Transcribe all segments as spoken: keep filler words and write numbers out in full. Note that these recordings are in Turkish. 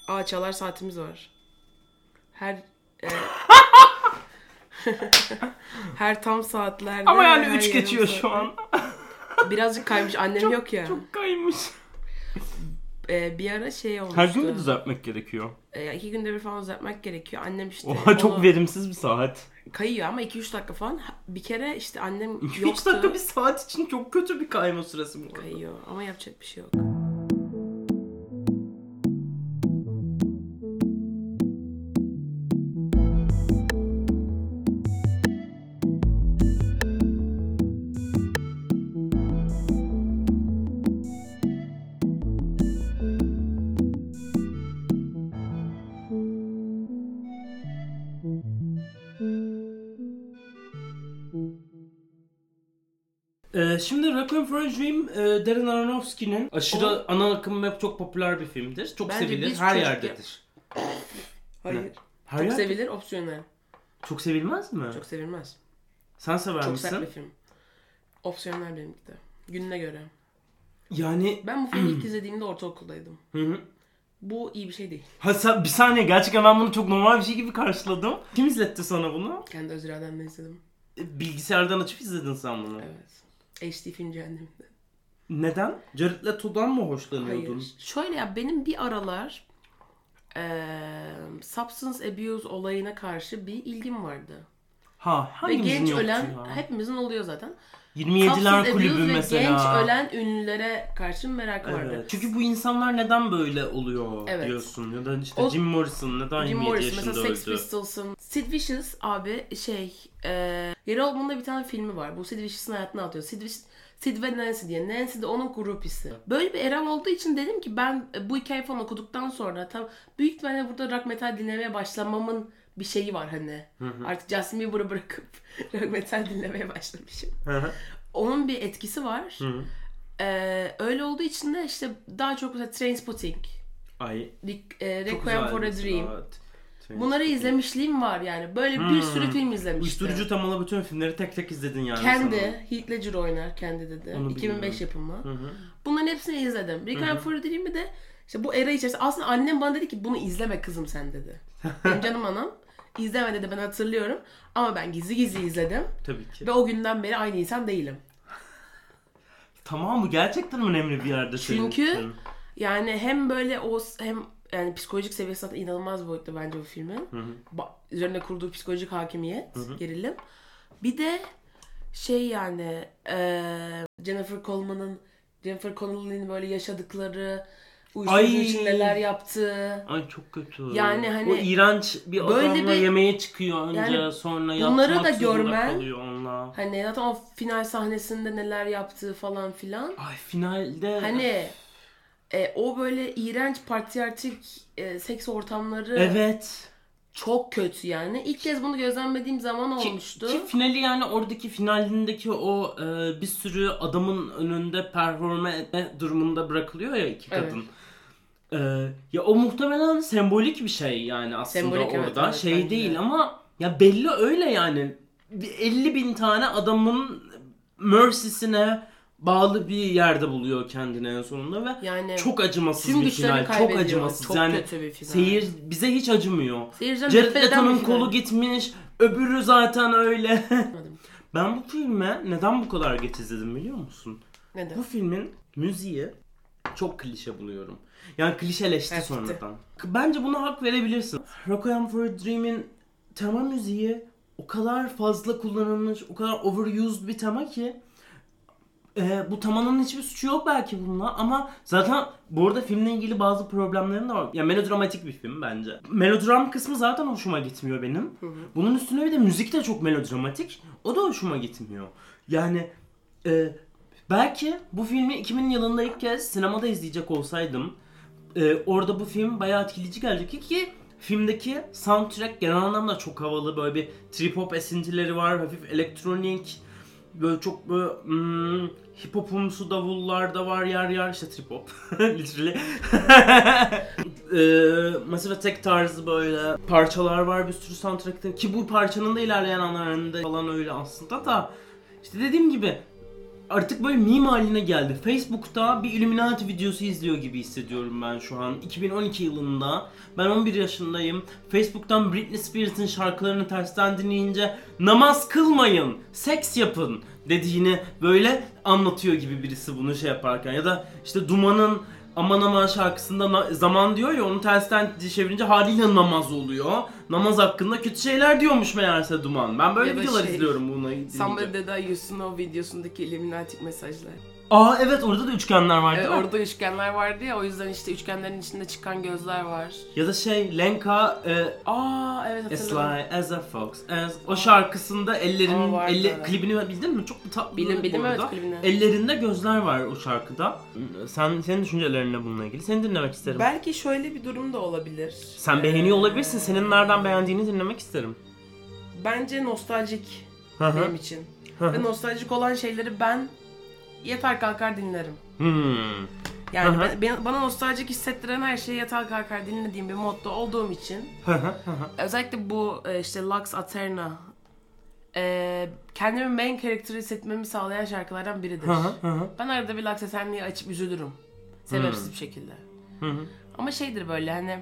Aa, çalar saatimiz var. Her e, her tam saatlerde. Ama yani üç geçiyor şu an. Birazcık kaymış. Annem çok, yok ya. Çok kaymış. Ee, bir ara şey olmuştu. Her gün mü düzeltmek gerekiyor? Ee, iki günde bir falan düzeltmek gerekiyor. Annem işte... Oha, çok verimsiz bir saat. Kayıyor ama iki üç dakika falan. Bir kere işte annem yoktu. iki üç dakika bir saat için çok kötü bir kayma süresi mi? Kayıyor ama yapacak bir şey yok. Ee, şimdi Requiem for a Dream, e, Darren Aronofsky'nin aşırı o, ana akım ve çok popüler bir filmdir. Çok sevilir, her yerdedir. Hayır. Ne? Her çok yer... sevilir, opsiyonel. Çok sevilmez mi? Çok sevilmez. Sen sever çok misin? Çok sert bir film. Opsiyonel benimki de. Gününe göre. Yani... Ben bu filmi ilk izlediğimde ortaokuldaydım. Hı hı. Bu iyi bir şey değil. Ha sen, bir saniye, gerçekten ben bunu çok normal bir şey gibi karşıladım. Kim izletti sana bunu? Kendi öz irademle izledim. Bilgisayardan açıp izledin sen bunu. Evet. H D film cehenneminde. Neden? Jared Leto'dan mı hoşlanıyordun? Hayır. Şöyle ya, benim bir aralar e, substance abuse olayına karşı bir ilgim vardı. Ha, hangimizin ve genç yoktu ölen, ya? Hepimizin oluyor zaten. yirmi yediler kulübü mesela. Genç ölen ünlülere karşı merak evet. vardı. Çünkü bu insanlar neden böyle oluyor evet. diyorsun. Ya da işte o, Jim Morrison neden Jim yirmi yedi Morrison, yaşında mesela öldü? Sex Pistols'ın. Sid Vicious abi şey... E, Gary Oldman'da bir tane filmi var. Bu Sid Vicious'ın hayatını anlatıyor. Sid, Sid ve Nancy diye. Nancy de onun grupisi. Böyle bir eram olduğu için dedim ki ben bu hikayeyi falan okuduktan sonra tam büyük ihtimalle burada rock metal dinlemeye başlamamın bir şeyi var hani. Hı hı. Artık Justin Bieber'ı bırakıp rock metal dinlemeye başlamışım. Hı hı. Onun bir etkisi var. Hı hı. Ee, öyle olduğu için de işte daha çok mesela Trainspotting, Ay, e, Requiem for a Dream. Evet. Bunları izlemişliğim var yani. Böyle hmm. bir sürü film izlemiştim. Uyuşturucu temalı bütün filmleri tek tek izledin yani. Kendi, sana. Heath Ledger oynar kendi dedi. Onu iki bin beş bilmiyorum. Yapımı. Hı hı. Bunların hepsini izledim. Requiem for a Dream'i de işte bu era içerisinde. Aslında annem bana dedi ki bunu izleme kızım sen dedi. Benim canım anam. İzleme dedi, ben hatırlıyorum. Ama ben gizli gizli izledim. Tabii ki. Ve o günden beri aynı insan değilim. Tamam mı? Gerçekten önemli bir yerde. Çünkü yani hem böyle o hem yani psikolojik seviyesi zaten inanılmaz boyutta bence bu filmin. Hı hı. Ba- üzerine kurduğu psikolojik hakimiyet, hı hı. gerilim. Bir de şey yani e, Jennifer Coleman'ın Jennifer Connelly'nin böyle yaşadıkları, uyuşturucu için neler yaptığı. Ay çok kötü. Yani hani o iğrenç bir adamla bir, yemeğe çıkıyor önce yani sonra yatmak da görmen, kalıyor onunla. Hani zaten o final sahnesinde neler yaptığı falan filan. Ay finalde. Hani E, o böyle iğrenç patriarkik e, seks ortamları evet çok kötü yani. İlk kez bunu gözlemlediğim zaman ki, olmuştu. Ki finali yani oradaki finalindeki o e, bir sürü adamın önünde performe etme durumunda bırakılıyor ya iki kadın. Evet. E, ya o muhtemelen sembolik bir şey yani aslında sembolik, orada evet, evet, şey değil de. Ama ya belli öyle yani elli bin tane adamın mercy'sine bağlı bir yerde buluyor kendini en sonunda ve yani çok acımasız bir final. Çok acımasız. Çok yani kötü bir final. Seyir bize hiç acımıyor. Jared Leto'nun kolu gitmiş. Öbürü zaten öyle. Ben bu filme neden bu kadar geç izledim biliyor musun? Neden? Bu filmin müziği çok klişe buluyorum. Yani klişeleşti evet, sonradan. Bence buna hak verebilirsin. Requiem for a Dream'in tema müziği o kadar fazla kullanılmış, o kadar overused bir tema ki Ee, bu temanın hiçbir suçu yok belki bununla ama zaten bu arada filmle ilgili bazı problemlerim de var. Yani melodramatik bir film bence. Melodram kısmı zaten hoşuma gitmiyor benim. Hı hı. Bunun üstüne bir de müzik de çok melodramatik. O da hoşuma gitmiyor. Yani e, belki bu filmi iki bin yılında ilk kez sinemada izleyecek olsaydım e, orada bu film bayağı etkileyici gelecek ki filmdeki soundtrack genel anlamda çok havalı. Böyle bir trip hop esintileri var, hafif elektronik. Böyle çok böyle hmm, hip hopumsu davullar da var yer yer işte trip hop literally. ee, Massive Attack tarzı böyle parçalar var bir sürü soundtrack'ta ki bu parçanın da ilerleyen anlarında falan öyle aslında da işte dediğim gibi artık böyle meme haline geldi. Facebook'ta bir Illuminati videosu izliyor gibi hissediyorum ben şu an. iki bin on iki yılında. Ben on bir yaşındayım. Facebook'tan Britney Spears'ın şarkılarını tersten dinleyince namaz kılmayın, seks yapın dediğini böyle anlatıyor gibi birisi bunu şey yaparken. Ya da işte Duman'ın Aman Aman şarkısında na- zaman diyor ya, onu tersten çevirince haliyle namaz oluyor. Namaz hakkında kötü şeyler diyormuş meğerse Duman. Ben böyle Ya da videolar şey, izliyorum bunu dinleyince. Somebody That I Used To Know videosundaki Illuminati mesajlar. Aa evet, orada da üçgenler var değil Evet, mi? orada üçgenler vardı ya, o yüzden işte üçgenlerin içinde çıkan gözler var. Ya da şey Lenka e, Aa evet, As hatırladım. Sly as a Fox as o şarkısında ellerin Aa, elle, evet. klibini bildin mi? Çok tatlı. Bildim, bildim, bu arada. evet, klibini. Ellerinde gözler var o şarkıda. Sen senin düşüncelerin ne bununla ilgili? Seni dinlemek isterim. Belki şöyle bir durum da olabilir. Sen beğeniyor olabilirsin. Senin nereden beğendiğini dinlemek isterim. Bence nostaljik Hı hı. benim için. Hı hı. Ve nostaljik olan şeyleri ben yatar kalkar dinlerim. Hmm. Yani Hı hı. ben, ben- bana nostaljik hissettiren her şeyi yatar kalkar dinlediğim bir modda olduğum için, Hı hı, hı hı. özellikle bu e, işte Lux Aeterna e, kendimi main character hissetmemi sağlayan şarkılardan biridir. Hı hı, hı hı. Ben arada bir Lux Aeterna'yı açıp üzülürüm. Sebepsiz Hmm. bir şekilde. Hı hı. Ama şeydir böyle hani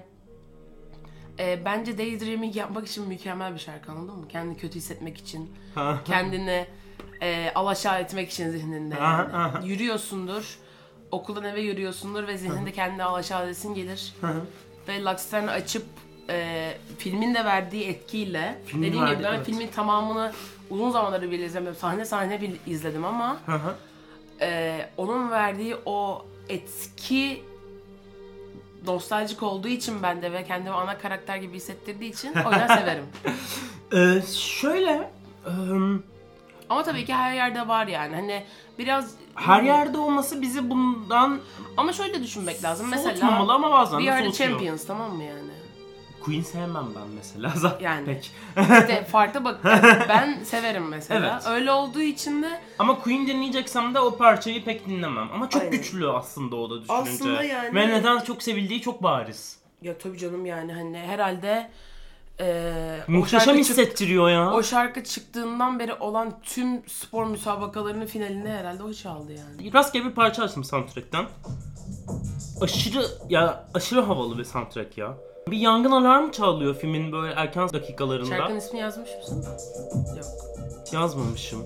e, bence daydreaming yapmak için mükemmel bir şarkı, anladın mı? Kendini kötü hissetmek için, Hı hı. kendini e, alaşağı etmek için zihninde. Aha, Yani. aha. Yürüyorsundur, okuldan eve yürüyorsundur ve zihninde kendini alaşağı edesin gelir. Hı hı. Ve Lux Aeterna'yı açıp e, filmin de verdiği etkiyle, Filmin dediğim verdi, gibi ben evet. filmin tamamını uzun zamanları bile izlemiyorum. Sahne sahne bir izledim ama Hı hı. e, onun verdiği o etki nostaljik olduğu için bende ve kendimi ana karakter gibi hissettirdiği için o yüzden severim. Ee, şöyle ım, Ama tabii ki her yerde var yani. Hani biraz her yerde olması bizi bundan ama şöyle düşünmek lazım. Mesela soğutmamalı ama bazen We de Are The soğutuyor. Champions, tamam mı yani? Queen sevmem ben mesela zaten. Yani. Pek. İşte farklı bak, ben severim mesela. Evet. Öyle olduğu için de Ama Queen dinleyeceksem de o parçayı pek dinlemem. Ama çok Aynen. güçlü aslında o da düşününce. Aslında yani- Ve neden çok sevildiği çok bariz. ya tabii canım yani hani herhalde e, o Muhteşem şarkı çık- hissettiriyor ya. o şarkı çıktığından beri olan tüm spor müsabakalarının finalinde herhalde o çaldı yani. Rastgele bir parça açtım soundtrack'ten. Aşırı ya aşırı havalı bir soundtrack ya. Bir yangın alarmı çalıyor filmin böyle erken dakikalarında. Şarkının ismini yazmış mısın? Yok. Yazmamışım.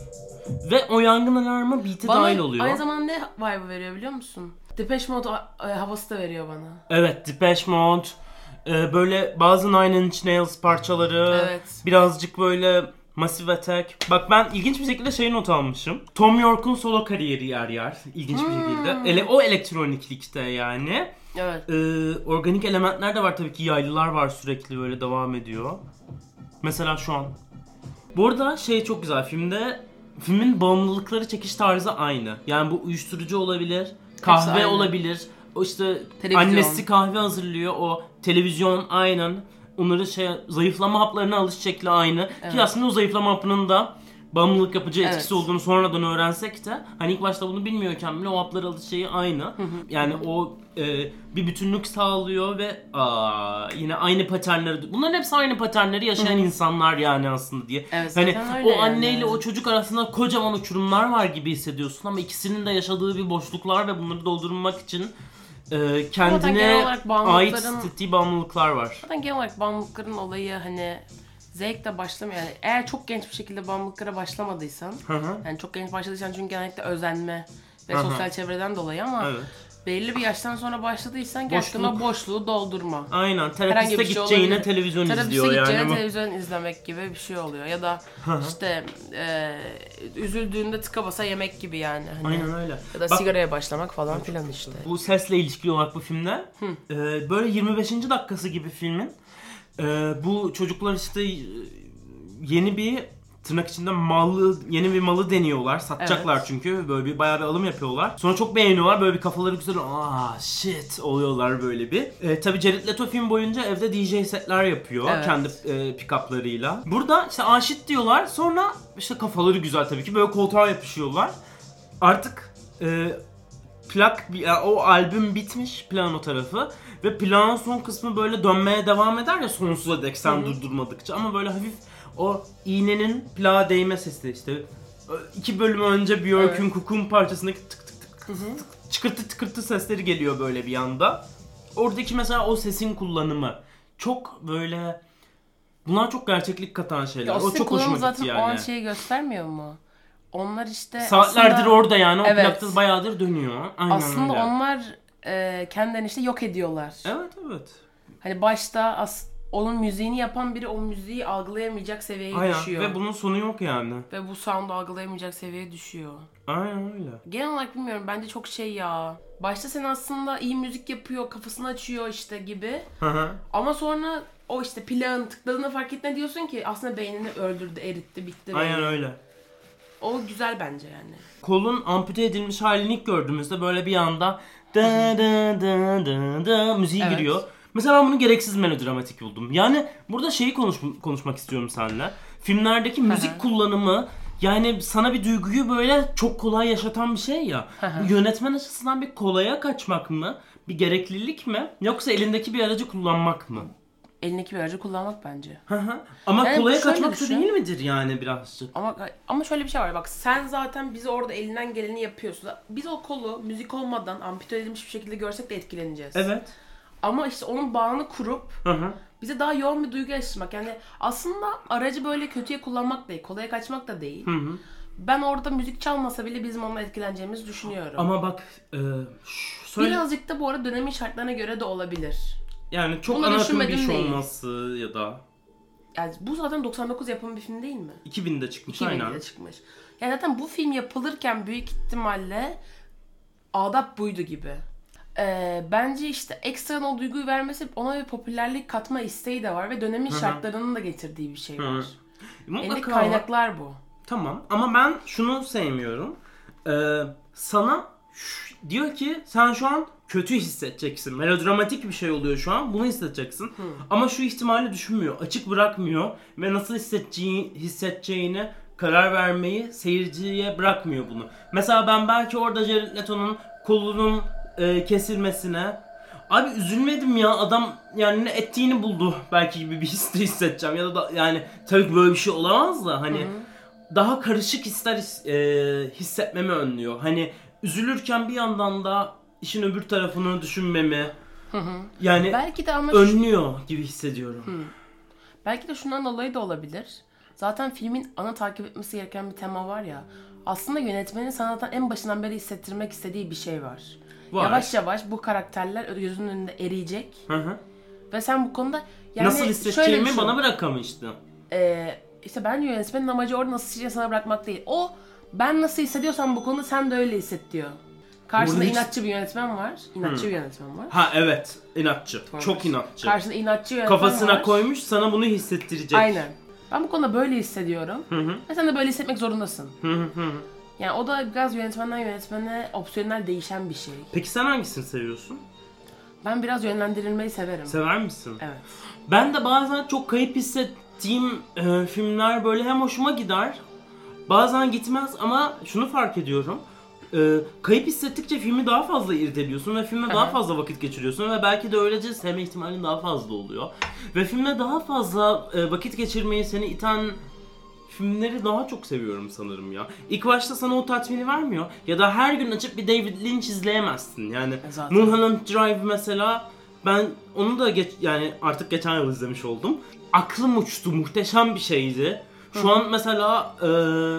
Ve o yangın alarmı beat'e dahil oluyor. aynı zamanda ne vibe veriyor biliyor musun? Depeche Mode e, havası da veriyor bana. Evet, Depeche Mode, e, böyle bazı Nine Inch Nails parçaları, Evet. birazcık böyle Massive Attack. Bak ben ilginç bir şekilde şey not almışım. Tom York'un solo kariyeri yer yer. İlginç bir şekilde. Ele, o elektroniklikte yani. Evet. E, organik elementler de var tabii ki, yaylılar var sürekli böyle devam ediyor. Mesela şu an. Bu arada şey çok güzel filmde, filmin bağımlılıkları çekiş tarzı aynı. Yani bu uyuşturucu olabilir, kahve aynı. olabilir. O işte Televizyon. annesi kahve hazırlıyor, o televizyon aynen. Onları şey, zayıflama haplarına alış şekli aynı. Evet. Ki aslında o zayıflama hapının da bağımlılık yapıcı etkisi Evet. olduğunu sonradan öğrensek de hani ilk başta bunu bilmiyorken bile o hapları alış şeyi aynı. Yani o e, bir bütünlük sağlıyor ve aa, yine aynı paternleri, bunların hepsi aynı paternleri yaşayan insanlar yani aslında diye. Evet, hani zaten öyle o yani. anneyle o çocuk arasında kocaman uçurumlar var gibi hissediyorsun ama ikisinin de yaşadığı bir boşluklar ve bunları doldurmak için e, kendine genel olarak ait bağımlılıkların- hissettiği bağımlılıklar var. Zaten genel olarak bağımlılıkların olayı hani zevkle başlamıyor. Yani eğer çok genç bir şekilde bağımlılıklara başlamadıysan, Hı hı. yani çok genç başladıysan çünkü genellikle özenme ve Hı hı. sosyal çevreden dolayı ama Evet. belli bir yaştan sonra başladıysan gerçekten o Boşluk. boşluğu doldurma. Aynen, Herhangi terapiste bir şey gideceğine olabilir. televizyon Terapiste izliyor yani. gideceğine bu. televizyon izlemek gibi bir şey oluyor. Ya da işte e, üzüldüğünde tıka basa yemek gibi yani. Hani. Aynen öyle. Ya da Bak, sigaraya başlamak falan filan işte. bu sesle ilişkili olarak bu filmde e, böyle yirmi beşinci dakikası gibi filmin e, bu çocuklar işte e, yeni bir tırnak içinde malı, yeni bir malı deniyorlar. Satacaklar Evet. çünkü. Böyle bir bayağı bir alım yapıyorlar. Sonra çok beğeniyorlar. Böyle bir kafaları güzel. Aa shit oluyorlar böyle bir. E, tabii Jared Leto film boyunca evde D J setler yapıyor. Evet. Kendi e, pick-up'larıyla. Burada işte aşit diyorlar. Sonra işte kafaları güzel tabii ki. Böyle koltuğa yapışıyorlar. Artık e, plak, yani o albüm bitmiş, plano tarafı. Ve planın son kısmı böyle dönmeye devam eder ya sonsuza dek sen Hı hı. durdurmadıkça. Ama böyle hafif o iğnenin plağa değme sesi, işte iki bölüm önce Björk'ün Evet. Cocoon parçasındaki tık tık tık tık tık çıkırtı tıkırtı sesleri geliyor böyle bir anda. Oradaki mesela o sesin kullanımı çok böyle, bunlar çok gerçeklik katan şeyler. Ya o o sesin çok kullanımı hoşuma zaten gitti o an yani. şeyi göstermiyor mu? Onlar işte Saatlerdir aslında, orada yani o Evet. plakta bayağıdır dönüyor. Aynen aslında öyle. onlar e, kendilerini işte yok ediyorlar. Evet evet. Hani başta as onun müziğini yapan biri o müziği algılayamayacak seviyeye Aynen düşüyor. ve bunun sonu yok yani. Ve bu sound'u algılayamayacak seviyeye düşüyor. Aynen öyle. Genel olarak bilmiyorum, bence çok şey ya. Başta sen aslında iyi müzik yapıyor, kafasını açıyor işte gibi. Hı hı. Ama sonra o işte plağın tıkladığını fark ettiğinde diyorsun ki aslında beynini öldürdü, eritti, bitti. Aynen beyni. öyle. O güzel bence yani. Kolun ampute edilmiş halini ilk gördüğümüzde böyle bir anda da da da da da müziği Evet. giriyor. Mesela ben bunu gereksiz melodramatik buldum. Yani burada şeyi konuş, konuşmak istiyorum seninle. Filmlerdeki müzik kullanımı yani sana bir duyguyu böyle çok kolay yaşatan bir şey ya. Bu yönetmen açısından bir kolaya kaçmak mı? Bir gereklilik mi? Yoksa elindeki bir aracı kullanmak mı? Elindeki bir aracı kullanmak bence. Hı hı. Ama Yani kolaya şöyle kaçmak da düşün. değil midir yani birazcık? Ama ama şöyle bir şey var, bak sen zaten bizi orada elinden geleni yapıyorsun. Biz o kolu müzik olmadan ampute edilmiş bir şekilde görsek de etkileneceğiz. Evet. Ama işte onun bağını kurup Hı hı. bize daha yoğun bir duygu yaşatmak. Yani aslında aracı böyle kötüye kullanmak değil, kolaya kaçmak da değil. Hı hı. Ben orada müzik çalmasa bile bizim onunla etkileneceğimizi düşünüyorum. Ama bak e, ş- söyle, Birazcık da bu arada dönemin şartlarına göre de olabilir. yani çok Bunu ana akım bir düşünmedim iş değil. olması ya da Yani bu zaten doksan dokuz yapımı bir film değil mi? iki binde çıkmış iki binde aynen. çıkmış. Yani zaten bu film yapılırken büyük ihtimalle adap buydu gibi. Ee, bence işte ekstra o duyguyu vermesi, ona bir popülerlik katma isteği de var ve dönemin Hı hı. şartlarının da getirdiği bir şey var. Elindeki Mutlaka kaynaklar bu. Tamam ama ben şunu sevmiyorum. Ee, sana ş- diyor ki sen şu an kötü hissedeceksin. Melodramatik bir şey oluyor şu an. Bunu hissedeceksin. Ama şu ihtimali düşünmüyor. Açık bırakmıyor ve nasıl hissedeceği, hissedeceğini karar vermeyi seyirciye bırakmıyor bunu. Mesela ben belki orada Jared Leto'nun kolunun e, kesilmesine abi üzülmedim ya, adam yani ne ettiğini buldu belki gibi bir his de hissedeceğim ya da, da yani tabii ki böyle bir şey olamaz da hani daha karışık hisler his- e, hissetmemi önlüyor. Hani üzülürken bir yandan da işin öbür tarafını düşünmemi yani Belki de ama şu- önlüyor gibi hissediyorum. belki de şundan dolayı da olabilir. Zaten filmin ana takip etmesi gereken bir tema var ya. Aslında yönetmenin sanattan en başından beri hissettirmek istediği bir şey var. Var. Yavaş yavaş bu karakterler gözünün önünde eriyecek. Hı hı. Ve sen bu konuda yani Nasıl şöyle hissedeceğimi düşün. bana bırakamıştı. Ee, işte bence yönetmenin amacı orada nasıl hissedeceğini sana bırakmak değil. O ben nasıl hissediyorsam bu konuda sen de öyle hisset diyor. Karşında Burada hiç- inatçı bir yönetmen var. İnatçı bir yönetmen var. Ha evet, inatçı. Çok inatçı. Karşında inatçı yönetmen Kafasına var. koymuş, sana bunu hissettirecek. Aynen. Ben bu konuda böyle hissediyorum. Hı hı. Ve sen de böyle hissetmek zorundasın. Hı hı hı. Yani o da biraz yönetmenden yönetmene opsiyonel değişen bir şey. Peki sen hangisini seviyorsun? Ben biraz yönlendirilmeyi severim. Sever misin? Evet. Ben de bazen çok kayıp hissettiğim e, filmler böyle hem hoşuma gider, bazen gitmez ama şunu fark ediyorum. E, kayıp hissettikçe filmi daha fazla irdeliyorsun ve filmle daha Aha. fazla vakit geçiriyorsun ve belki de öylece sevme ihtimalin daha fazla oluyor. Ve filmle daha fazla e, vakit geçirmeyi seni iten filmleri daha çok seviyorum sanırım ya. İlk başta sana o tatmini vermiyor. Ya da her gün açıp bir David Lynch izleyemezsin. Yani Zaten. Mulholland Drive mesela, ben onu da geç, yani artık geçen yıl izlemiş oldum. Aklım uçtu, muhteşem bir şeydi. Şu an mesela e,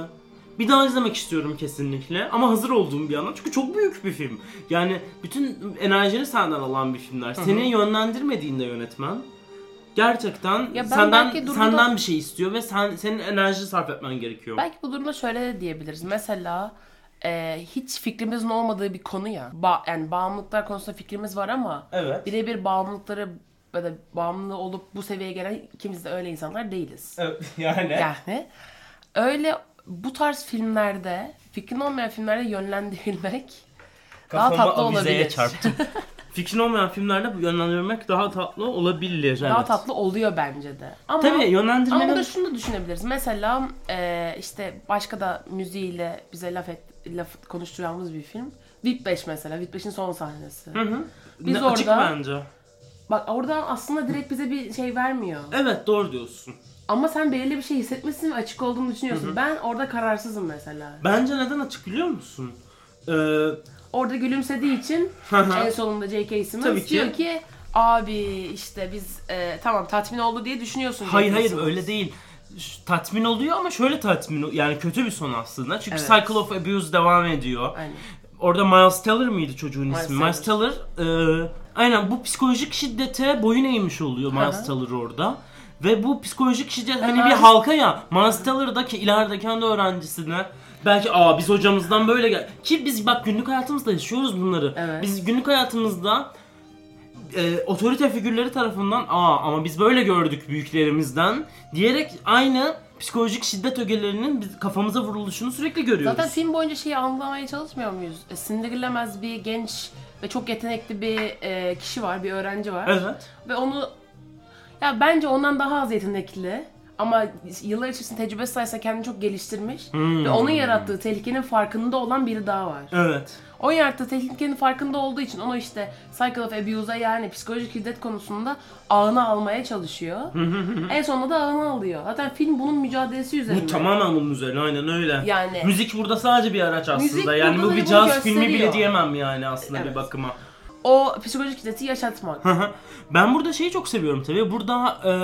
bir daha izlemek istiyorum kesinlikle. Ama hazır olduğum bir yandan, çünkü çok büyük bir film. Yani bütün enerjini senden alan bir filmler. Seni yönlendirmediğinde yönetmen gerçekten Ya ben senden belki durumda- senden bir şey istiyor ve sen senin enerji sarf etmen gerekiyor. Belki bu durumda şöyle de diyebiliriz. Mesela e, hiç fikrimizin olmadığı bir konu ya. Ba- yani bağımlılıklar konusunda fikrimiz var ama Evet. birebir bağımlılıkları ya da bağımlı olup bu seviyeye gelen ikimiz de öyle insanlar değiliz. Evet, yani. Yani öyle bu tarz filmlerde, fikrin olmayan filmlerde yönlendirilmek daha Kafama tatlı avizeye olabilir. çarptım. Fikrin olmayan filmlerde bu yönlendirmek daha tatlı olabilir. Daha evet. tatlı oluyor bence de. Ama, Tabii ama yönlendirmenin... burada şunu da düşünebiliriz. Mesela e, işte başka da müziğiyle bize laf et, laf konuşturacağımız bir film. VIP beş mesela. VIP beşin son sahnesi. Hı hı. Biz Ne- Açık orada- bence. Bak oradan aslında direkt bize bir şey vermiyor. Evet, doğru diyorsun. Ama sen belirli bir şey hissetmesin ve açık olduğunu düşünüyorsun. Hı-hı. Ben orada kararsızım mesela. Bence neden açık biliyor musun? Ee... Orada gülümsediği için en sonunda J K. Simmons diyor ki abi işte biz e, tamam tatmin oldu diye düşünüyorsun. Hayır hayır Simmons. Öyle değil. Tatmin oluyor ama şöyle tatmin yani kötü bir son aslında. Çünkü evet. Cycle of Abuse devam ediyor. Aynen. Orada Miles Teller mıydı çocuğun Miles ismi? Miles Teller. E, aynen bu psikolojik şiddete boyun eğmiş oluyor Miles Teller orada. Ve bu psikolojik şiddet hani bir halka ya. Miles Teller'da ki ileride kendi öğrencisine belki aa biz hocamızdan böyle gel ki biz bak günlük hayatımızda yaşıyoruz bunları. Evet. Biz günlük hayatımızda e, otorite figürleri tarafından aa ama biz böyle gördük büyüklerimizden diyerek aynı psikolojik şiddet ögelerinin biz kafamıza vuruluşunu sürekli görüyoruz. Zaten film boyunca şeyi anlamaya çalışmıyor muyuz? E, sindirilemez bir genç ve çok yetenekli bir e, kişi var, bir öğrenci var. Evet. Ve onu ya bence ondan daha az yetenekli ama yıllar içerisinde tecrübe sayesinde kendini çok geliştirmiş hmm. ve onun yarattığı tehlikenin farkında olan biri daha var. Evet. O yarattığı tehlikenin farkında olduğu için onu işte Cycle of Abuse'a yani psikolojik şiddet konusunda ağına almaya çalışıyor. En sonunda da ağına alıyor. Zaten film bunun mücadelesi üzerine. Bu tamamen bunun üzerine aynen öyle. Yani müzik burada sadece bir araç aslında. Yani bu bir caz filmi bile diyemem yani aslında evet. Bir bakıma. O psikolojik şiddeti yaşatmak. Ben burada şeyi çok seviyorum tabii. Burada e,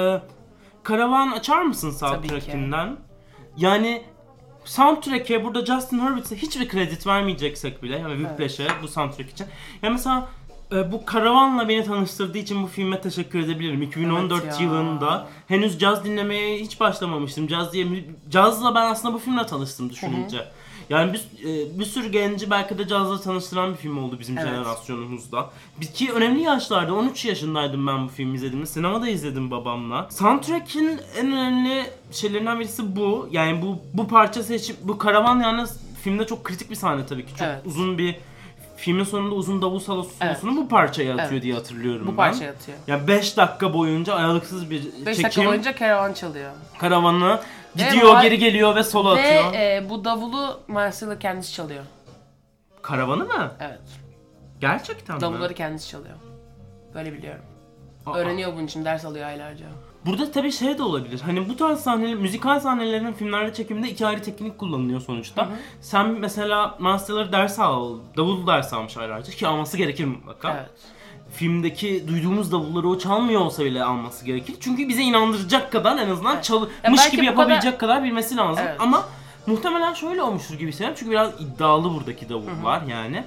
Karavan açar mısın soundtrack'inden? Yani soundtrack'e burada Justin Hurwitz'e hiçbir kredi vermeyeceksek bile yani Whiplash'e evet. Bu soundtrack için. Yani mesela e, bu Karavan'la beni tanıştırdığı için bu filme teşekkür edebilirim. iki bin on dört evet yılında henüz caz dinlemeye hiç başlamamıştım. Caz diye cazla ben aslında bu filmle tanıştım düşününce. Hı hı. Yani bir, bir sürü genci belki de cazla tanıştıran bir film oldu bizim evet. Jenerasyonumuzda. Ki önemli yaşlarda, on üç yaşındaydım ben bu filmi izlediğimde. Sinemada izledim babamla. Soundtrack'in en önemli şeylerinden birisi bu. Yani bu bu parça seçip, bu Karavan yani filmde çok kritik bir sahne tabii ki. Çok evet. Uzun bir, filmin sonunda uzun davul solosunu evet. bu parçaya atıyor evet. diye hatırlıyorum bu ben. Bu parçaya atıyor. Yani beş dakika boyunca aralıksız bir çekim. beş dakika boyunca Karavan çalıyor. Karavanı gidiyor, ve geri geliyor ve solo ve, atıyor. Ve e, bu davulu Marcelo kendisi çalıyor. Karavanı mı? Evet. Gerçekten mi? Davulları kendisi çalıyor. Böyle biliyorum. Aa. Öğreniyor bunun için, ders alıyor aylarca. Burada tabii şey de olabilir. Hani bu tarz sahneler, müzikal sahnelerin filmlerde çekiminde iki ayrı teknik kullanılıyor sonuçta. Hı hı. Sen mesela Marcelo'ları ders al, davul ders almış aylarca ki alması gerekir mutlaka. Evet. Filmdeki duyduğumuz davulları o çalmıyor olsa bile alması gerekir. Çünkü bize inandıracak kadar en azından evet. çalmış gibi yapabilecek kadar... kadar bilmesi lazım. Evet. Ama muhtemelen şöyle olmuştur gibi hissediyorum. Çünkü biraz iddialı buradaki davullar yani.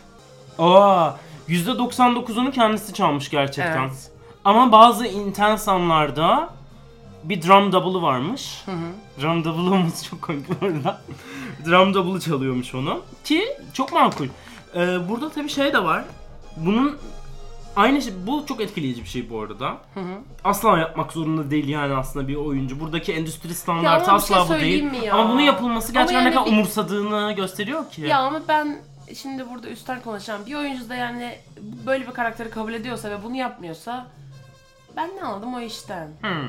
Aa, yüzde doksan dokuzunu kendisi çalmış gerçekten. Evet. Ama bazı insanlarda bir drum double'ı varmış. Hı hı. Drum double'ımız çok komik bu arada. Drum double'ı çalıyormuş onu. Ki çok makul. Ee, burada tabii şey de var. Bunun aynı şey, bu çok etkileyici bir şey bu arada. Hı hı. Asla yapmak zorunda değil yani aslında bir oyuncu. Buradaki endüstri standartı asla şey bu değil. Ama bunun yapılması gerçekten yani ne kadar bir... umursadığını gösteriyor ki. Ya ama ben şimdi burada üstten konuşacağım. Bir oyuncu da yani böyle bir karakteri kabul ediyorsa ve bunu yapmıyorsa ben ne anladım o işten. Hmm.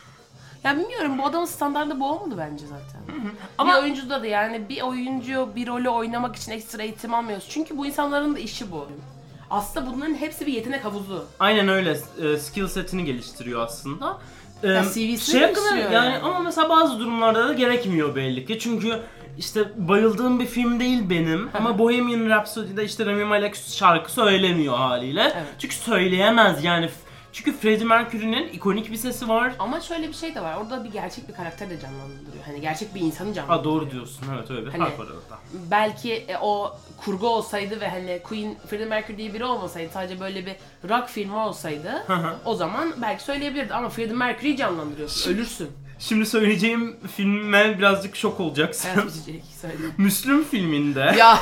Ya bilmiyorum, bu adamın standardı bu olmadı bence zaten. Hı hı. Ama bir oyuncuda da yani bir oyuncu bir rolü oynamak için ekstra eğitim almıyoruz. Çünkü bu insanların da işi bu. Aslında bunların hepsi bir yetenek havuzu. Aynen öyle. E, skill setini geliştiriyor aslında. E, ya C V'sini şey geliştiriyor yani. yani. Ama mesela bazı durumlarda da gerekmiyor belli ki. Çünkü işte bayıldığım bir film değil benim. Hı-hı. Ama Bohemian Rhapsody'de işte Rami Malek şarkı söylemiyor haliyle. Evet. Çünkü söyleyemez yani. Çünkü Freddie Mercury'nin ikonik bir sesi var. Ama şöyle bir şey de var. Orada bir gerçek bir karakter de canlandırıyor. Hani gerçek bir insanı canlandırıyor. Ha doğru diyorsun. Evet öyle bir hani, fark var orada. Belki e, o kurgu olsaydı ve hani Queen, Freddie Mercury diye biri olmasaydı, sadece böyle bir rock filmi olsaydı o zaman belki söyleyebilirdi. Ama Freddie Mercury'yi canlandırıyorsun. Ölürsün. Şimdi söyleyeceğim filme birazcık şok olacaksın. Evet, söyle. Müslüm filminde. Ya.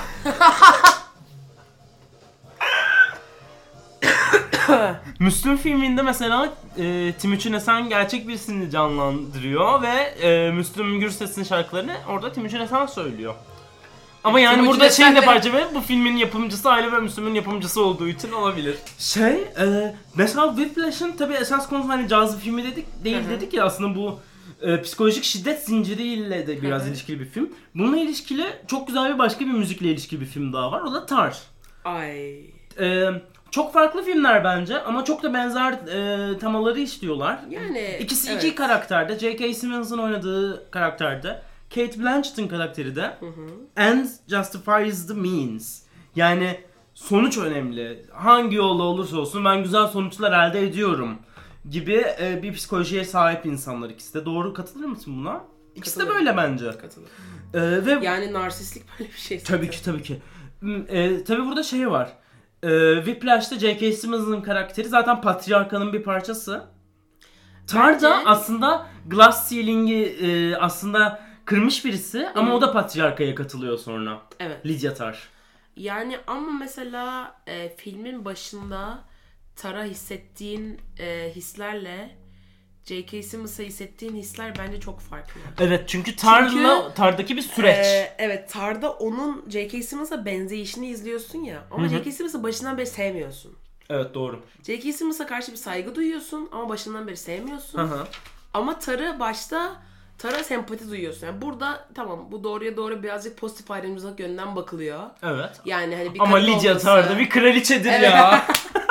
Müslüm filminde mesela e, Timuçin Esen gerçek birisini canlandırıyor ve e, Müslüm Gürses'in şarkılarını orada Timuçin Esen söylüyor. Ama yani Timuçin burada şeyin de parça ve bu filmin yapımcısı Aile ve Müslüm'ün yapımcısı olduğu için olabilir. Şey, e, mesela Whiplash'ın tabii esas konusu hani caz bir filmi dedik değil Hı-hı. dedik ya aslında bu e, psikolojik şiddet zinciriyle de biraz Hı-hı. ilişkili bir film. Bununla ilişkili çok güzel bir başka bir müzikle ilişkili bir film daha var. O da Tar. Ay. E, Çok farklı filmler bence ama çok da benzer e, temaları işliyorlar. Yani İkisi evet. iki karakterde. J K. Simmons'ın oynadığı karakterde. Kate Blanchett'ın karakteri de. Hı hı. End justifies the means. Yani sonuç önemli. Hangi yolla olursa olsun ben güzel sonuçlar elde ediyorum gibi e, bir psikolojiye sahip insanlar ikisi de. Doğru, katılır mısın buna? İkisi de böyle bence. Katılırım. E, ve yani narsistlik böyle bir şey. Tabii ki tabii ki. E, tabii burada şey var. E, Whiplash'ta J K. Simmons'ın karakteri zaten patriarkanın bir parçası. Tar da aslında glass ceiling'i e, aslında kırmış birisi ama Hı. o da patriarkaya katılıyor sonra. Evet. Lydia Tar. Yani ama mesela e, filmin başında Tar'a hissettiğin e, hislerle J K. Simmons'a hissettiğin hisler bence çok farklı. Evet, çünkü Tar'la Tar'daki bir süreç. E, evet, Tar'da onun J K. Simmons'a benzeyişini izliyorsun ya. Ama Hı-hı. J K. Simmons'ı başından beri sevmiyorsun. Evet, doğru. J K. Simmons'a karşı bir saygı duyuyorsun ama başından beri sevmiyorsun. Hı-hı. Ama Tar'ı başta Tar'a sempati duyuyorsun. Yani burada tamam, bu doğruya doğru birazcık pozitif ayrımcılık yönünden bakılıyor. Evet. Yani hani bir ama Lydia olması... Tar'da bir kraliçedir evet. ya.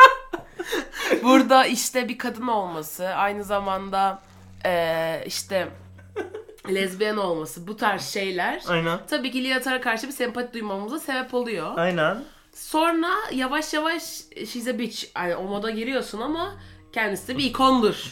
Burada işte bir kadın olması, aynı zamanda e, işte lezbiyen olması, bu tarz şeyler. Aynen. Tabii ki Lydia Tar'a karşı bir sempati duymamıza sebep oluyor. Aynen. Sonra yavaş yavaş she's a bitch. Yani o moda giriyorsun ama kendisi de bir ikondur.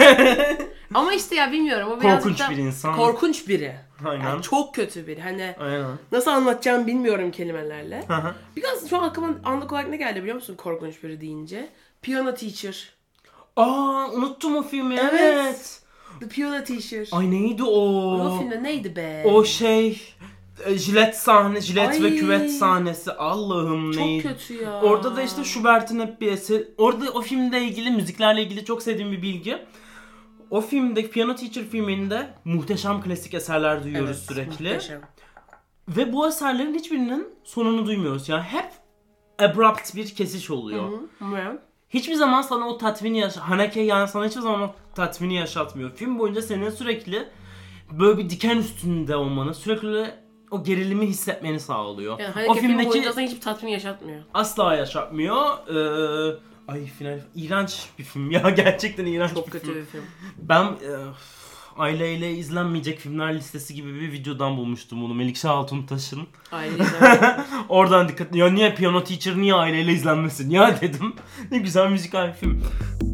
Ama işte ya bilmiyorum. O korkunç da, bir insan. Korkunç biri. Aynen. Yani çok kötü biri. Hani Aynen. nasıl anlatacağımı bilmiyorum kelimelerle. Hı hı. Biraz şu an aklıma anlık olarak ne geldi biliyor musun korkunç biri deyince? Piano Teacher. Aa, unuttum o filmi. Evet. evet. The Piano Teacher. Ay neydi o? O filmde neydi be? O şey... Jilet sahne, jilet Ay. ve küvet sahnesi. Allah'ım çok neydi? Çok kötü ya. Orada da işte Schubert'in hep bir eseri. Orada o filmle ilgili, müziklerle ilgili çok sevdiğim bir bilgi. O filmde, Piano Teacher filminde muhteşem klasik eserler duyuyoruz evet, sürekli. Muhteşem. Ve bu eserlerin hiçbirinin sonunu duymuyoruz. Yani hep abrupt bir kesiş oluyor. Hı hı. Hiçbir zaman sana o tatmini yaş... Haneke yani sana hiçbir zaman o tatmini yaşatmıyor. Film boyunca senin sürekli böyle bir diken üstünde olmanı, sürekli o gerilimi hissetmeni sağlıyor. Yani Haneke o filmdeki film boyunca hiçbir tatmin yaşatmıyor. Asla yaşatmıyor. Ee, ay final iğrenç bir film ya, gerçekten iğrenç çok bir kötü film. bir film. Ben e, Aile ile izlenmeyecek filmler listesi gibi bir videodan bulmuştum bunu. Melikşah Altuntaş'ın. Aile izlenmeyecek. Oradan dikkat. Ya niye Piano Teacher niye aileyle izlenmesin ya dedim. Ne güzel müzikal bir film.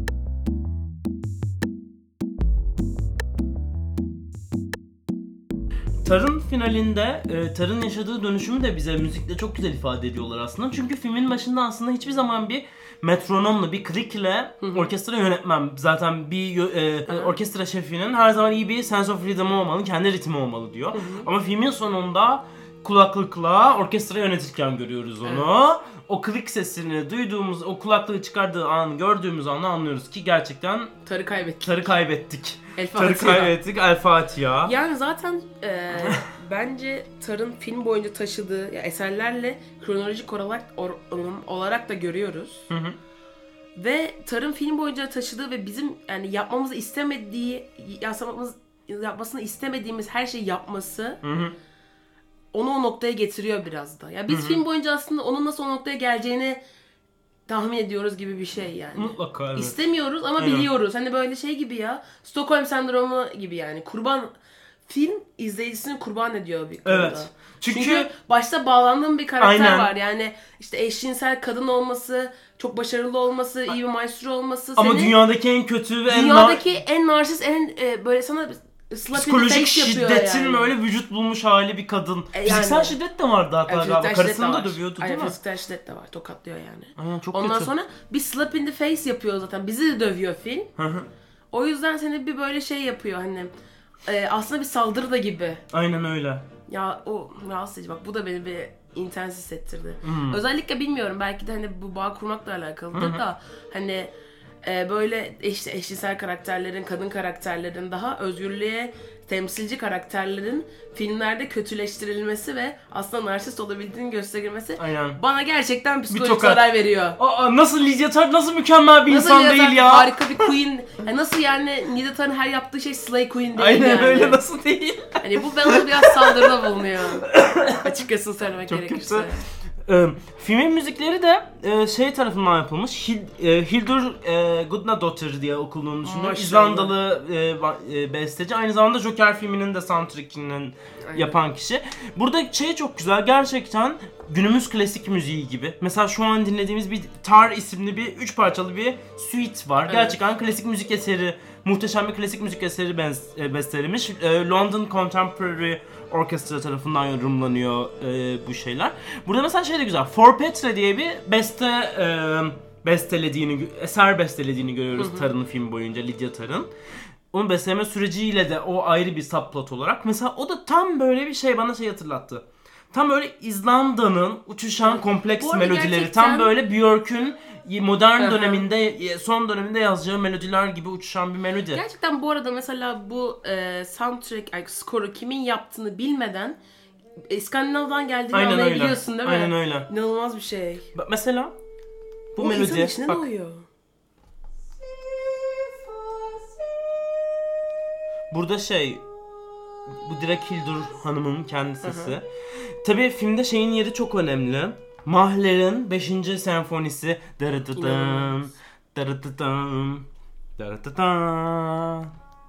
Tar'ın finalinde, e, Tar'ın yaşadığı dönüşümü de bize müzikle çok güzel ifade ediyorlar aslında. Çünkü filmin başında aslında hiçbir zaman bir metronomla, bir krikle orkestra yönetmem. Zaten bir e, orkestra şefinin her zaman iyi bir sense of rhythm olmalı, kendi ritmi olmalı diyor. Hı hı. Ama filmin sonunda kulaklıkla orkestra yönetirken görüyoruz onu. Evet. O klik sesini duyduğumuz, o kulaklığı çıkardığı anı gördüğümüz anda anlıyoruz ki gerçekten Tar'ı kaybettik. Tar'ı kaybettik. El Tar'ı kaybettik. El Fatiha. Yani zaten e, bence Tar'ın film boyunca taşıdığı ya, eserlerle kronolojik olarak or, olarak da görüyoruz. Hı hı. Ve Tar'ın film boyunca taşıdığı ve bizim yani yapmamızı istemediği, yapmamız, yapmasını istemediğimiz her şeyi yapması hı hı. onu o noktaya getiriyor biraz da. Ya biz hı hı. film boyunca aslında onun nasıl o noktaya geleceğini tahmin ediyoruz gibi bir şey yani. Mutlaka evet. İstemiyoruz ama Aynen. biliyoruz. Hani böyle şey gibi ya. Stockholm sendromu gibi yani. Kurban film izleyicisini kurban ediyor bir konuda. Evet. Çünkü, Çünkü başta bağlandığım bir karakter Aynen. var. Yani işte eşcinsel kadın olması, çok başarılı olması, iyi bir maestro olması. Ama seni dünyadaki en kötü ve dünyadaki en en narsist, en e, böyle sana psikolojik şiddetin yani. Böyle vücut bulmuş hali bir kadın. E, yani, fiziksel şiddet de vardı hatta yani, galiba. Karısını da dövüyordu değil Aynen, mi? Fiziksel şiddet de var. Tokatlıyor yani. Aynen, çok Ondan kötü. sonra bir slap in the face yapıyor zaten. Bizi de dövüyor film. Hı hı. O yüzden seni bir böyle şey yapıyor hani. E, aslında bir saldırı da gibi. Aynen öyle. Ya o rahatsız edici. Bak bu da beni bir intens hissettirdi. Hmm. Özellikle bilmiyorum belki de hani bu bağ kurmakla alakalıdır da hani e, böyle işte eşcinsel karakterlerin, kadın karakterlerin daha özgürlüğe temsilci karakterlerin filmlerde kötüleştirilmesi ve aslında narsist olabildiğini gösterilmesi Aynen. bana gerçekten psikolojik zarar veriyor. Aa, nasıl Lydia Tar nasıl mükemmel bir nasıl insan Lydia değil ya. Harika bir queen. Yani nasıl yani Lydia Tar'ın her yaptığı şey slay queen değil Aynen yani. öyle nasıl değil. Hani bu bana biraz saldırıda bulunuyor. Açıkçası söylemek Çok gerekirse. Çok Ee, filmin müzikleri de e, şey tarafından yapılmış. Hil, e, Hildur e, Gudnadottir diye okunduğunu düşünüyorum. İzlandalı e, e, besteci. Aynı zamanda Joker filminin de soundtrack'inin yapan kişi. Burada şey çok güzel. Gerçekten günümüz klasik müziği gibi. Mesela şu an dinlediğimiz bir Tar isimli bir üç parçalı bir suite var. Evet. Gerçekten klasik müzik eseri, muhteşem bir klasik müzik eseri benz- bestelemiş. E, London Contemporary Orkestra tarafından yorumlanıyor e, bu şeyler. Burada mesela şey de güzel. For Petre diye bir beste e, bestelediğini, eser bestelediğini görüyoruz hı hı. Tar'ın film boyunca, Lydia Tar'ın. Onun besteleme süreciyle de o ayrı bir subplot olarak. Mesela o da tam böyle bir şey bana şey hatırlattı. Tam böyle İzlanda'nın uçuşan kompleks melodileri. Gerçekten... Tam böyle Björk'ün modern Hı-hı. döneminde, son döneminde yazacağı melodiler gibi uçuşan bir melodi. Gerçekten bu arada mesela bu e, soundtrack, yani skoru kimin yaptığını bilmeden İskandinav'dan geldiğini Aynen anlayabiliyorsun öyle. değil mi? Aynen öyle. İnanılmaz bir şey. Bak mesela bu o melodi. İnsan içine bak. doğuyor. Burada şey, bu direkt Hildur Hanım'ın kendi sesi. Tabii filmde şeyin yeri çok önemli. Mahler'in beşinci senfonisi. Darıtıdım, darıtıdım, darıtıdım.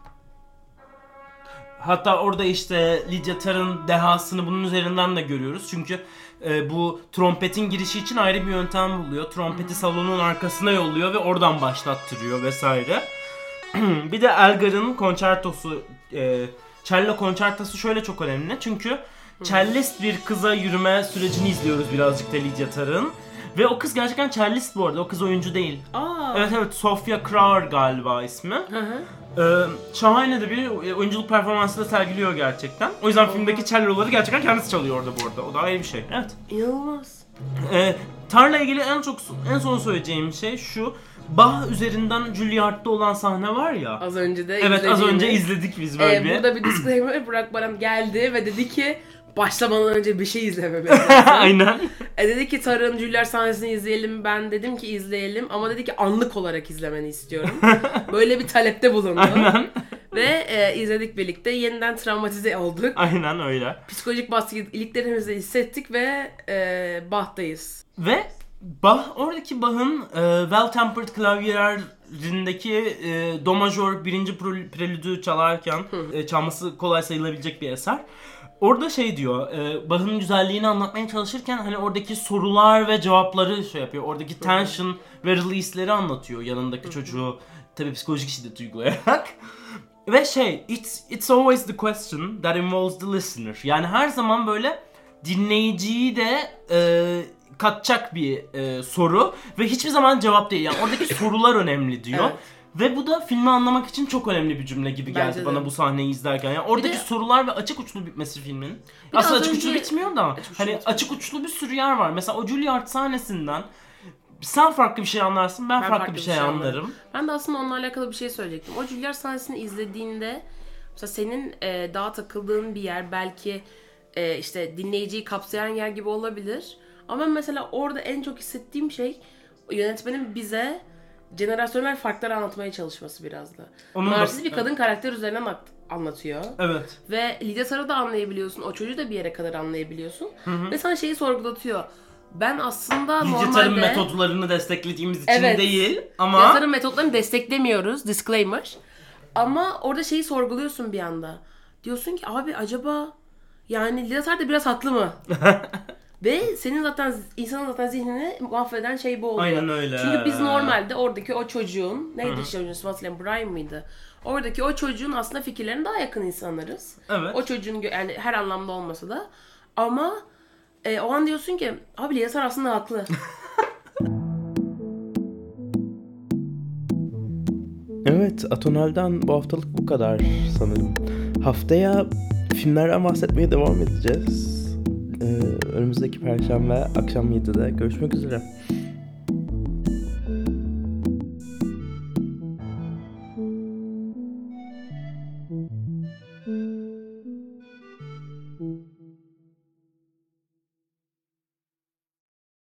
Hatta orada işte Lydia Tar'ın dehasını bunun üzerinden de görüyoruz. Çünkü e, bu trompetin girişi için ayrı bir yöntem buluyor. Trompeti salonun arkasına yolluyor ve oradan başlattırıyor vesaire. Bir de Elgar'ın konçertosu, e, cello konçertosu şöyle çok önemli. Çünkü cellist bir kıza yürüme sürecini izliyoruz birazcık da Lydia Tar'ın. Ve o kız gerçekten cellist bu arada, o kız oyuncu değil. Aa. Evet evet, Sofia Krauer galiba ismi. Hı hı. Ee, şahane de bir oyunculuk performansı da sergiliyor gerçekten. O yüzden Oha. filmdeki celloları gerçekten kendisi çalıyor orada bu arada. O da ayrı bir şey. Evet. İnanılmaz. Ee, Tar'la ilgili en çok en son söyleyeceğim şey şu. Bach üzerinden Juilliard'da olan sahne var ya. Az önce de Evet az önce izledik biz böyle ee, bir. Burada bir disclaimer. Burak Baran geldi ve dedi ki başlamadan önce bir şey izlememiz lazım. Aynen. E dedi ki Tar'ın Juilliard sahnesini izleyelim. Ben dedim ki izleyelim ama dedi ki anlık olarak izlemeni istiyorum. Böyle bir talepte bulundu. Aynen. Ve e, izledik birlikte. Yeniden travmatize olduk. Aynen öyle. Psikolojik baskıyı iliklerimizi hissettik ve e, Bach'tayız. Ve Bach, oradaki Bach'ın e, Well-Tempered klavyelerindeki e, Do majör birinci prelüdü çalarken e, çalması kolay sayılabilecek bir eser. Orada şey diyor, e, Bach'ın güzelliğini anlatmaya çalışırken hani oradaki sorular ve cevapları şey yapıyor. Oradaki tension ve release'leri anlatıyor yanındaki çocuğu tabii psikolojik şiddet uygulayarak. Ve şey, it's, it's always the question that involves the listener. Yani her zaman böyle dinleyiciyi de e, katacak bir e, soru ve hiçbir zaman cevap değil. Yani oradaki sorular önemli diyor. Evet. Ve bu da filmi anlamak için çok önemli bir cümle gibi geldi Bence bana de. bu sahneyi izlerken. Yani oradaki de, sorular ve açık uçlu bitmesi filmin. Aslında açık önce, uçlu bitmiyor da açık hani bitmiyor. açık uçlu bir sürü yer var. Mesela o Juilliard sahnesinden sen farklı bir şey anlarsın, ben, ben farklı, farklı bir şey, şey anlarım. Ben de aslında onunla alakalı bir şey söyleyecektim. O Juilliard sahnesini izlediğinde mesela senin e, daha takıldığın bir yer belki e, işte dinleyiciyi kapsayan yer gibi olabilir. Ama mesela orada en çok hissettiğim şey yönetmenin bize jenerasyonel farkları anlatmaya çalışması biraz da. Narsist bir kadın evet. karakter üzerinden anlatıyor. Evet. Ve Lydia Tar'ı da anlayabiliyorsun. O çocuğu da bir yere kadar anlayabiliyorsun. Hı hı. Ve sana şeyi sorgulatıyor. Ben aslında Lydia normalde... Lydia Tar'ın metodlarını desteklediğimiz için evet. değil ama... Lydia Tar'ın metodlarını desteklemiyoruz. Disclaimer. Ama orada şeyi sorguluyorsun bir anda. Diyorsun ki abi acaba yani Lydia Tar da biraz haklı mı? Ve senin zaten insanın zaten zihnini mahveden şey bu oluyor. Aynen öyle. Çünkü biz normalde oradaki o çocuğun neydi işte oyuncusu hatırlayayım Brian mıydı? Oradaki o çocuğun aslında fikirlerine daha yakın insanlarız. Evet. O çocuğun yani her anlamda olmasa da ama e, o an diyorsun ki abi Lydia Tar aslında haklı. Evet, Atonal'den bu haftalık bu kadar sanırım. Haftaya filmlerden bahsetmeye devam edeceğiz. Ee, önümüzdeki Perşembe akşam yedide görüşmek üzere.